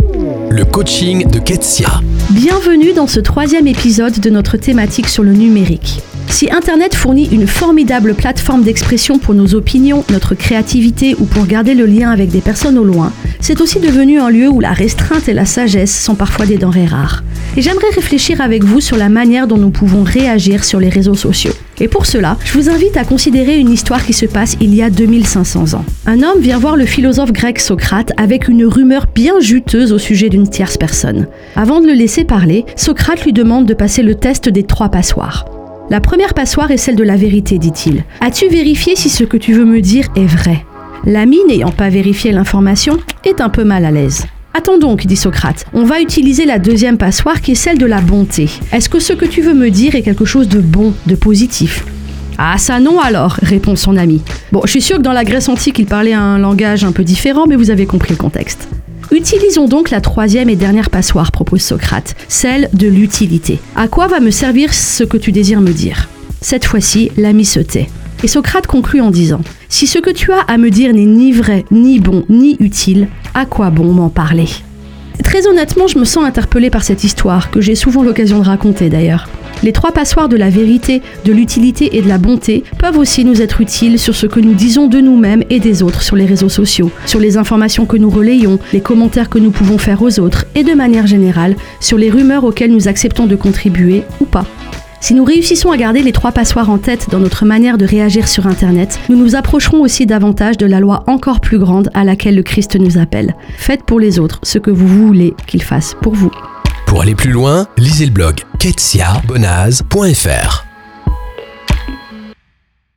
Le coaching de Ketsia. Bienvenue dans ce 3e épisode de notre thématique sur le numérique. Si Internet fournit une formidable plateforme d'expression pour nos opinions, notre créativité ou pour garder le lien avec des personnes au loin, c'est aussi devenu un lieu où la restreinte et la sagesse sont parfois des denrées rares. Et j'aimerais réfléchir avec vous sur la manière dont nous pouvons réagir sur les réseaux sociaux. Et pour cela, je vous invite à considérer une histoire qui se passe il y a 2500 ans. Un homme vient voir le philosophe grec Socrate avec une rumeur bien juteuse au sujet d'une tierce personne. Avant de le laisser parler, Socrate lui demande de passer le test des 3 passoires. La première passoire est celle de la vérité, dit-il. As-tu vérifié si ce que tu veux me dire est vrai ? L'ami, n'ayant pas vérifié l'information, est un peu mal à l'aise. Attends donc, dit Socrate, on va utiliser la deuxième passoire qui est celle de la bonté. Est-ce que ce que tu veux me dire est quelque chose de bon, de positif ? Ah ça non alors, répond son ami. Bon, je suis sûr que dans la Grèce antique, il parlait un langage un peu différent, mais vous avez compris le contexte. Utilisons donc la 3e et dernière passoire, propose Socrate, celle de l'utilité. À quoi va me servir ce que tu désires me dire ? Cette fois-ci, l'ami se tait. Et Socrate conclut en disant « Si ce que tu as à me dire n'est ni vrai, ni bon, ni utile, à quoi bon m'en parler ?» Très honnêtement, je me sens interpellée par cette histoire, que j'ai souvent l'occasion de raconter d'ailleurs. Les 3 passoires de la vérité, de l'utilité et de la bonté peuvent aussi nous être utiles sur ce que nous disons de nous-mêmes et des autres sur les réseaux sociaux, sur les informations que nous relayons, les commentaires que nous pouvons faire aux autres et de manière générale, sur les rumeurs auxquelles nous acceptons de contribuer ou pas. Si nous réussissons à garder les 3 passoires en tête dans notre manière de réagir sur Internet, nous nous approcherons aussi davantage de la loi encore plus grande à laquelle le Christ nous appelle. Faites pour les autres ce que vous voulez qu'ils fassent pour vous. Pour aller plus loin, lisez le blog ketsiabonaz.fr.